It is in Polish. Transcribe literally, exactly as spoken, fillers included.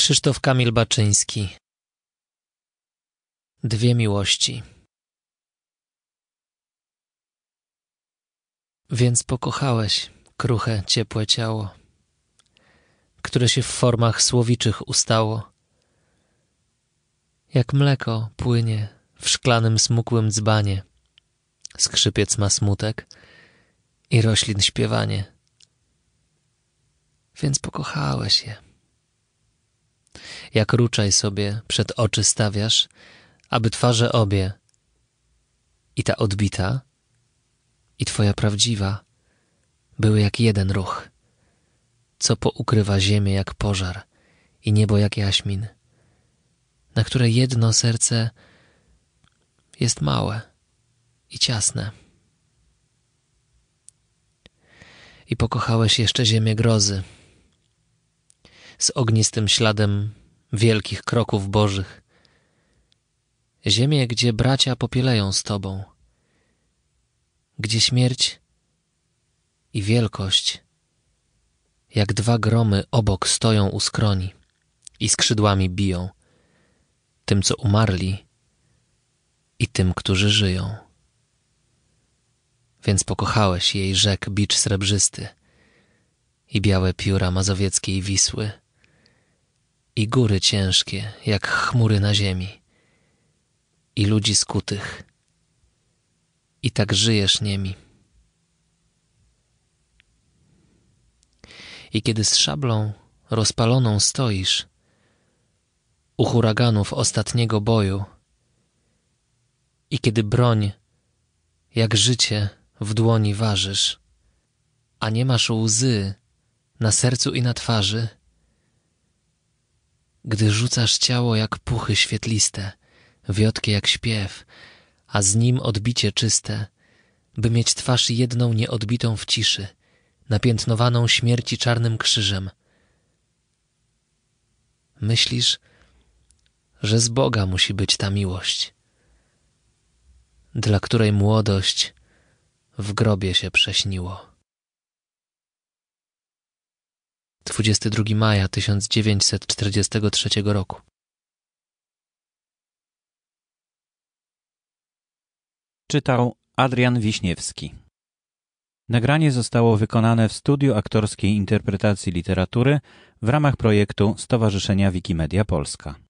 Krzysztof Kamil Baczyński. Dwie miłości. Więc pokochałeś kruche, ciepłe ciało, które się w formach słowiczych ustało. Jak mleko płynie w szklanym, smukłym dzbanie, skrzypiec ma smutek i roślin śpiewanie. Więc pokochałeś je. Jak ruczaj sobie przed oczy stawiasz, aby twarze obie, i ta odbita, i twoja prawdziwa, były jak jeden ruch, co poukrywa ziemię jak pożar i niebo jak jaśmin, na które jedno serce jest małe i ciasne. I pokochałeś jeszcze ziemię grozy, z ognistym śladem wielkich kroków bożych, ziemię, gdzie bracia popieleją z tobą, gdzie śmierć i wielkość jak dwa gromy obok stoją u skroni i skrzydłami biją tym, co umarli, i tym, którzy żyją. Więc pokochałeś jej rzek bicz srebrzysty i białe pióra mazowieckiej Wisły i góry ciężkie jak chmury na ziemi i ludzi skutych, i tak żyjesz niemi. I kiedy z szablą rozpaloną stoisz u huraganów ostatniego boju, i kiedy broń jak życie w dłoni ważysz, a nie masz łzy na sercu i na twarzy, gdy rzucasz ciało jak puchy świetliste, wiotkie jak śpiew, a z nim odbicie czyste, by mieć twarz jedną nieodbitą w ciszy, napiętnowaną śmierci czarnym krzyżem. Myślisz, że z Boga musi być ta miłość, dla której młodość w grobie się prześniło. dwudziestego drugiego maja tysiąc dziewięćset czterdziestego trzeciego roku. Czytał Adrian Wiśniewski. Nagranie zostało wykonane w studiu aktorskiej interpretacji literatury w ramach projektu Stowarzyszenia Wikimedia Polska.